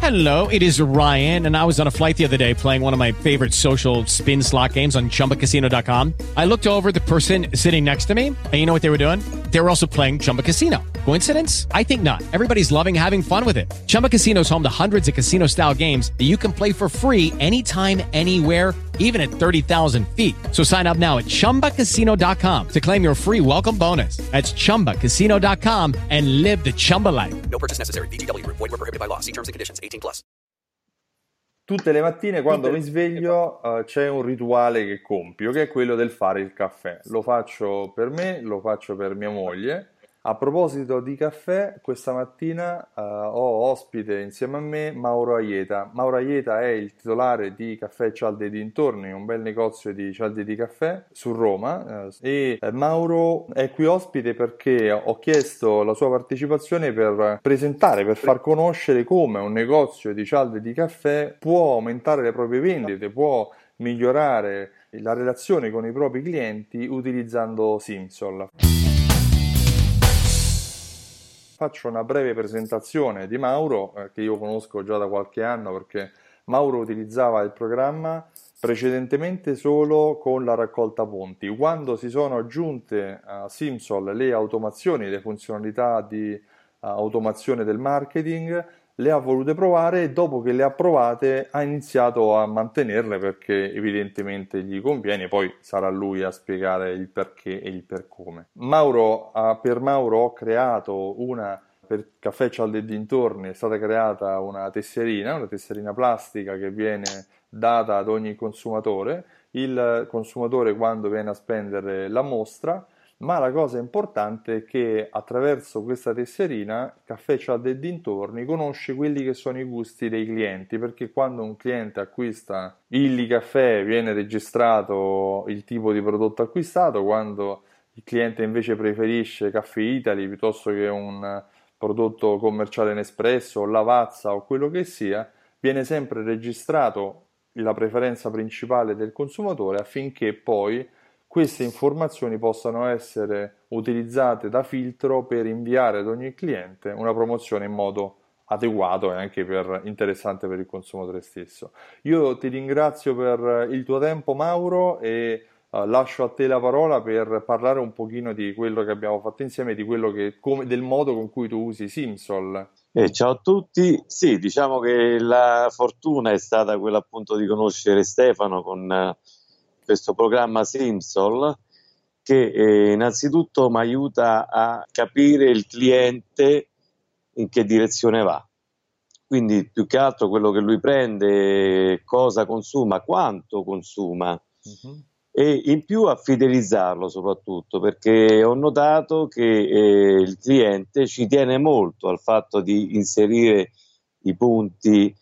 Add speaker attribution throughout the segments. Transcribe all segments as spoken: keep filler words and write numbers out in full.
Speaker 1: Hello, it is Ryan, and I was on a flight the other day playing one of my favorite social spin slot games on Chumba Casino dot com. I looked over at the person sitting next to me, and you know what they were doing? They were also playing Chumba Casino. Coincidence? I think not. Everybody's loving having fun with it. Chumba Casino is home to hundreds of casino-style games that you can play for free anytime, anywhere, even at thirty thousand feet. So sign up now at Chumba Casino dot com to claim your free welcome bonus. That's Chumba Casino dot com and live the Chumba life.
Speaker 2: No purchase necessary. V G W. Void where prohibited by law. See terms and conditions. eighteen plus.
Speaker 3: Tutte le mattine quando mi sveglio uh, c'è un rituale che compio, che è quello del fare il caffè. Lo faccio per me, lo faccio per mia moglie. A proposito di caffè, questa mattina uh, ho ospite insieme a me Mauro Aieta. Mauro Aieta è il titolare di Caffè Cialde e dintorni, un bel negozio di cialde di caffè su Roma, uh, e uh, Mauro è qui ospite perché ho chiesto la sua partecipazione per presentare, per far conoscere come un negozio di cialde di caffè può aumentare le proprie vendite, può migliorare la relazione con i propri clienti utilizzando Simsol. Faccio una breve presentazione di Mauro, eh, che io conosco già da qualche anno perché Mauro utilizzava il programma precedentemente solo con la raccolta punti. Quando si sono aggiunte a Simsol le automazioni, le funzionalità di uh, automazione del marketing, le ha volute provare e dopo che le ha provate ha iniziato a mantenerle perché evidentemente gli conviene, poi sarà lui a spiegare il perché e il per come. Mauro, uh, per Mauro ho creato una, per Caffè Cialde e dintorni è stata creata una tesserina, una tesserina plastica che viene data ad ogni consumatore. Il consumatore quando viene a spendere la mostra, ma la cosa importante è che attraverso questa tesserina Caffè Cialde e dintorni conosce quelli che sono i gusti dei clienti, perché quando un cliente acquista Illy Caffè viene registrato il tipo di prodotto acquistato, quando il cliente invece preferisce Caffè Italy piuttosto che un prodotto commerciale Nespresso, Lavazza o quello che sia, viene sempre registrato la preferenza principale del consumatore affinché poi queste informazioni possano essere utilizzate da filtro per inviare ad ogni cliente una promozione in modo adeguato e anche per, interessante per il consumatore stesso. Io ti ringrazio per il tuo tempo, Mauro, e uh, lascio a te la parola per parlare un pochino di quello che abbiamo fatto insieme, di quello che, come, del modo con cui tu usi Simsol.
Speaker 4: Eh, ciao a tutti. Sì, diciamo che la fortuna è stata quella appunto di conoscere Stefano con uh, questo programma Simsol che eh, innanzitutto mi aiuta a capire il cliente in che direzione va, quindi più che altro quello che lui prende, cosa consuma, quanto consuma, uh-huh. E in più a fidelizzarlo soprattutto, perché ho notato che eh, il cliente ci tiene molto al fatto di inserire i punti,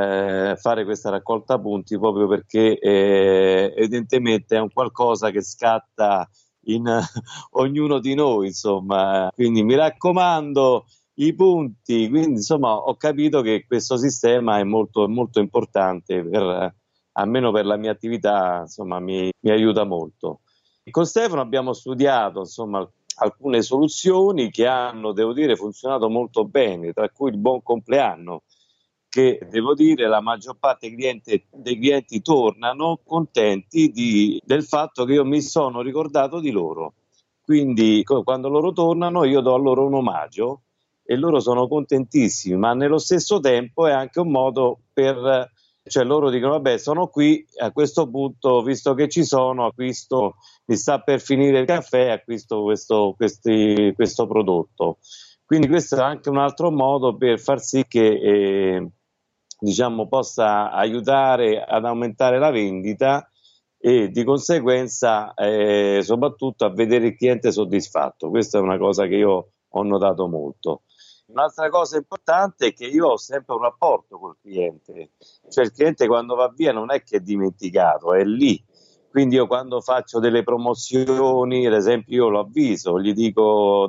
Speaker 4: fare questa raccolta punti, proprio perché eh, evidentemente è un qualcosa che scatta in ognuno di noi, insomma, quindi mi raccomando i punti, quindi insomma ho capito che questo sistema è molto, molto importante, per, almeno per la mia attività, insomma mi, mi aiuta molto. Con Stefano abbiamo studiato insomma alcune soluzioni che hanno, devo dire, funzionato molto bene, tra cui il buon compleanno, che devo dire la maggior parte dei clienti, dei clienti tornano contenti di, del fatto che io mi sono ricordato di loro, quindi quando loro tornano io do a loro un omaggio e loro sono contentissimi, ma nello stesso tempo è anche un modo per, cioè loro dicono vabbè sono qui, a questo punto visto che ci sono acquisto, mi sta per finire il caffè, acquisto questo, questi, questo prodotto, quindi questo è anche un altro modo per far sì che eh, diciamo possa aiutare ad aumentare la vendita e di conseguenza eh, soprattutto a vedere il cliente soddisfatto. Questa è una cosa che io ho notato molto. Un'altra cosa importante è che io ho sempre un rapporto col cliente, cioè il cliente quando va via non è che è dimenticato, è lì. Quindi io quando faccio delle promozioni, ad esempio io lo avviso, gli dico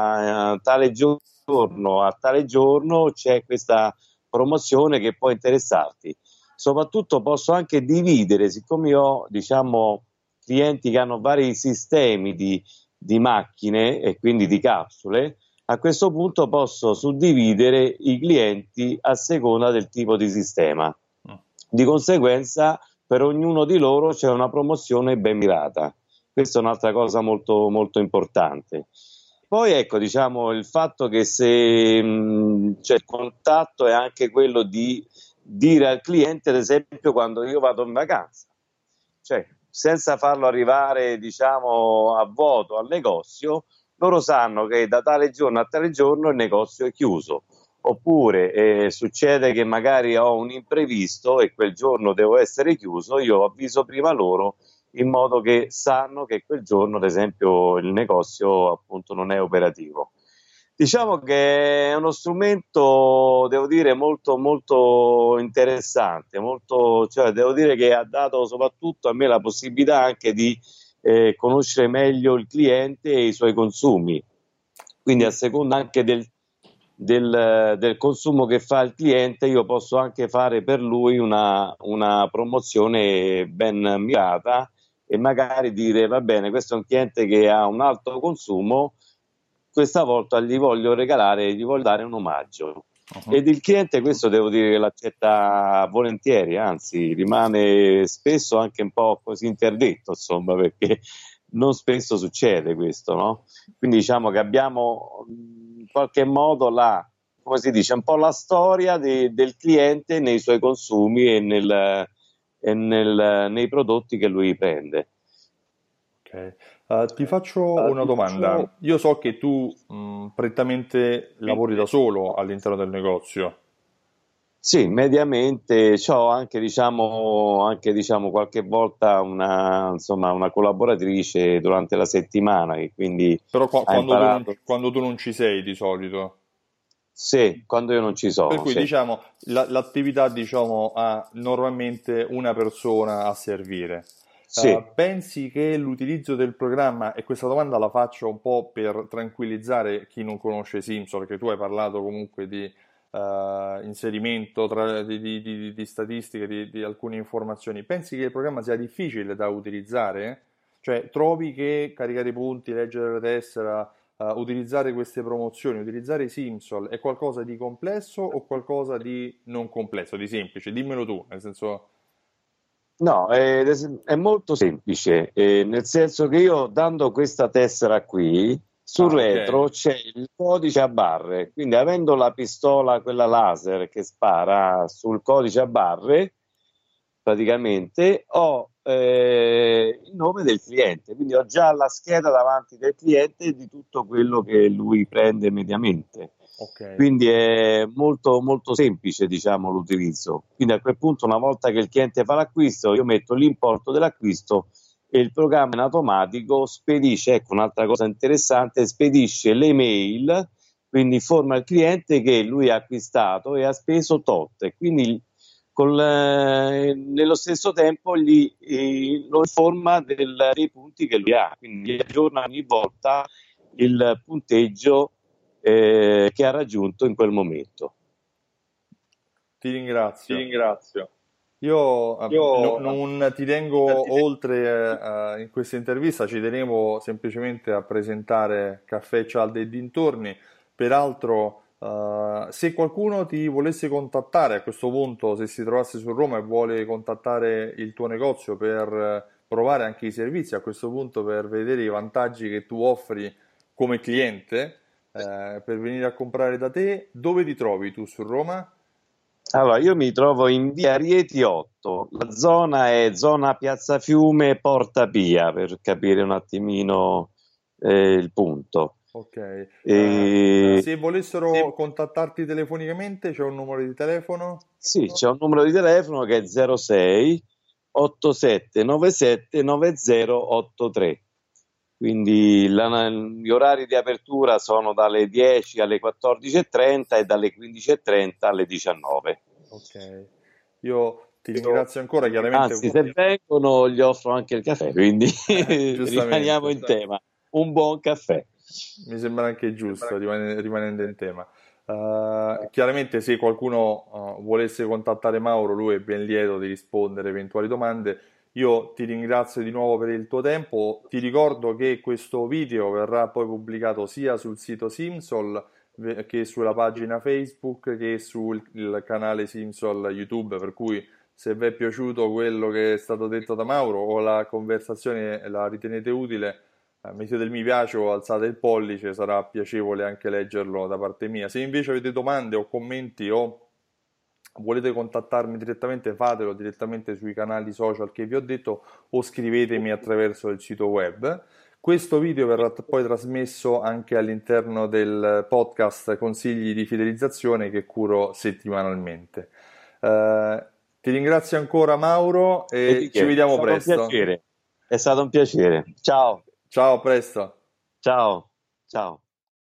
Speaker 4: da tale giorno a tale giorno c'è questa promozione che può interessarti. Soprattutto posso anche dividere, siccome io ho diciamo clienti che hanno vari sistemi di, di macchine e quindi di capsule, A questo punto posso suddividere i clienti a seconda del tipo di sistema. Di conseguenza, per ognuno di loro c'è una promozione ben mirata. Questa è un'altra cosa molto, molto importante. Poi ecco, diciamo, il fatto che se mh, c'è il contatto è anche quello di dire al cliente, ad esempio, quando io vado in vacanza, cioè senza farlo arrivare, diciamo, a vuoto al negozio, loro sanno che da tale giorno a tale giorno il negozio è chiuso. Oppure eh, succede che magari ho un imprevisto e quel giorno devo essere chiuso, io avviso prima loro in modo che sanno che quel giorno, ad esempio, il negozio appunto non è operativo. Diciamo che è uno strumento, devo dire, molto molto interessante, molto, cioè devo dire che ha dato soprattutto a me la possibilità anche di eh, conoscere meglio il cliente e i suoi consumi. Quindi a seconda anche del Del, del consumo che fa il cliente, io posso anche fare per lui una, una promozione ben mirata e magari dire: va bene, questo è un cliente che ha un alto consumo, questa volta gli voglio regalare, gli voglio dare un omaggio. Uh-huh. Ed il cliente questo devo dire che l'accetta volentieri, anzi rimane spesso anche un po' così interdetto, insomma, perché non spesso succede questo, no? Quindi diciamo che abbiamo in qualche modo la, come si dice, un po' la storia de, del cliente nei suoi consumi e, nel, e nel, nei prodotti che lui prende.
Speaker 3: Ok, uh, ti faccio una domanda. Io so che tu mh, prettamente lavori da solo all'interno del negozio.
Speaker 4: Sì, mediamente ho anche, diciamo, anche diciamo, qualche volta una, insomma, una collaboratrice durante la settimana che quindi
Speaker 3: Però qua,
Speaker 4: ha
Speaker 3: quando, tu non,
Speaker 4: imparato.
Speaker 3: quando tu non ci sei di solito.
Speaker 4: Sì, quando io non ci sono.
Speaker 3: Per cui
Speaker 4: Sì.
Speaker 3: diciamo la- l'attività diciamo ha normalmente una persona a servire.
Speaker 4: Sì.
Speaker 3: Uh, pensi che l'utilizzo del programma, e questa domanda la faccio un po' per tranquillizzare chi non conosce Simsol, perché tu hai parlato comunque di uh, inserimento tra- di, di- di- di statistiche, di, di alcune informazioni, pensi che il programma sia difficile da utilizzare? Cioè, trovi che caricare i punti, leggere la tessera, uh, utilizzare queste promozioni, utilizzare Simsol è qualcosa di complesso o qualcosa di non complesso, di semplice? Dimmelo tu, nel senso...
Speaker 4: No, è, è molto semplice, eh, nel senso che io dando questa tessera qui, sul
Speaker 3: Ah, ok.
Speaker 4: retro c'è il codice a barre, quindi avendo la pistola, quella laser che spara sul codice a barre, praticamente ho eh, il nome del cliente, quindi ho già la scheda davanti del cliente di tutto quello che lui prende mediamente.
Speaker 3: Ok.
Speaker 4: Quindi è molto molto semplice, diciamo, l'utilizzo. Quindi a quel punto, una volta che il cliente fa l'acquisto, io metto l'importo dell'acquisto e il programma in automatico spedisce, ecco un'altra cosa interessante, spedisce le mail, quindi informa il cliente che lui ha acquistato e ha speso tot, e quindi col, eh, nello stesso tempo gli, eh, lo informa del, dei punti che lui ha, quindi gli aggiorna ogni volta il punteggio eh, che ha raggiunto in quel momento.
Speaker 3: Ti ringrazio.
Speaker 5: Ti ringrazio.
Speaker 3: Io eh, no-
Speaker 5: Io
Speaker 3: non ti tengo oltre eh, in questa intervista, ci tenevo semplicemente a presentare Caffè Cialde e dintorni. Peraltro, eh, se qualcuno ti volesse contattare a questo punto, se si trovasse su Roma e vuole contattare il tuo negozio per eh, provare anche i servizi, a questo punto per vedere i vantaggi che tu offri come cliente, eh, per venire a comprare da te, dove ti trovi tu su Roma?
Speaker 4: Allora, io mi trovo in via Rieti otto, la zona è zona Piazza Fiume, Porta Pia, per capire un attimino eh, il punto.
Speaker 3: Ok,
Speaker 4: E...
Speaker 3: Eh, se volessero contattarti telefonicamente, c'è un numero di telefono?
Speaker 4: Sì, c'è un numero di telefono che è zero sei ottantasette novantasette novanta ottantatré. Quindi la, gli orari di apertura sono dalle dieci alle quattordici e trenta e dalle quindici e trenta alle diciannove.
Speaker 3: Ok, io ti ringrazio ancora, chiaramente.
Speaker 4: Anzi, se vengono gli offro anche il caffè, quindi
Speaker 3: Eh,
Speaker 4: rimaniamo in
Speaker 3: giustamente,
Speaker 4: tema. Un buon caffè.
Speaker 3: mi sembra anche giusto, rimane- rimanendo in tema. Eh, chiaramente se qualcuno eh, volesse contattare Mauro, lui è ben lieto di rispondere a eventuali domande. Io ti ringrazio di nuovo per il tuo tempo, ti ricordo che questo video verrà poi pubblicato sia sul sito Simsol che sulla pagina Facebook che sul canale Simsol YouTube, per cui se vi è piaciuto quello che è stato detto da Mauro o la conversazione la ritenete utile, eh, mettete il mi piace o alzate il pollice, sarà piacevole anche leggerlo da parte mia. Se invece avete domande o commenti o volete contattarmi direttamente, fatelo direttamente sui canali social che vi ho detto o scrivetemi attraverso il sito web. Questo video verrà poi trasmesso anche all'interno del podcast Consigli di fidelizzazione che curo settimanalmente. Uh, ti ringrazio ancora Mauro e, e ci vediamo
Speaker 4: è
Speaker 3: presto.
Speaker 4: Un piacere. È stato un piacere. Ciao.
Speaker 3: Ciao, a presto.
Speaker 4: Ciao. Ciao.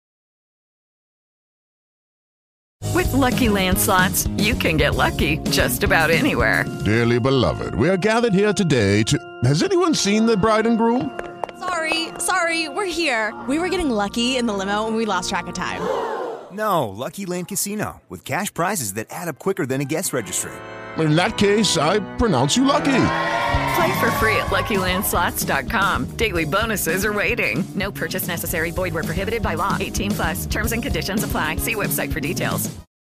Speaker 5: With Lucky Land Slots, you can get lucky just about anywhere.
Speaker 6: Dearly beloved, we are gathered here today to... Has anyone seen the bride and groom?
Speaker 7: Sorry, sorry, we're here. We were getting lucky in the limo and we lost track of time.
Speaker 8: No, Lucky Land Casino, with cash prizes that add up quicker than a guest registry.
Speaker 6: In that case, I pronounce you lucky.
Speaker 5: Play for free at Lucky Land Slots dot com. Daily bonuses are waiting. No purchase necessary. Void where prohibited by law. eighteen plus. Terms and conditions apply. See website for details.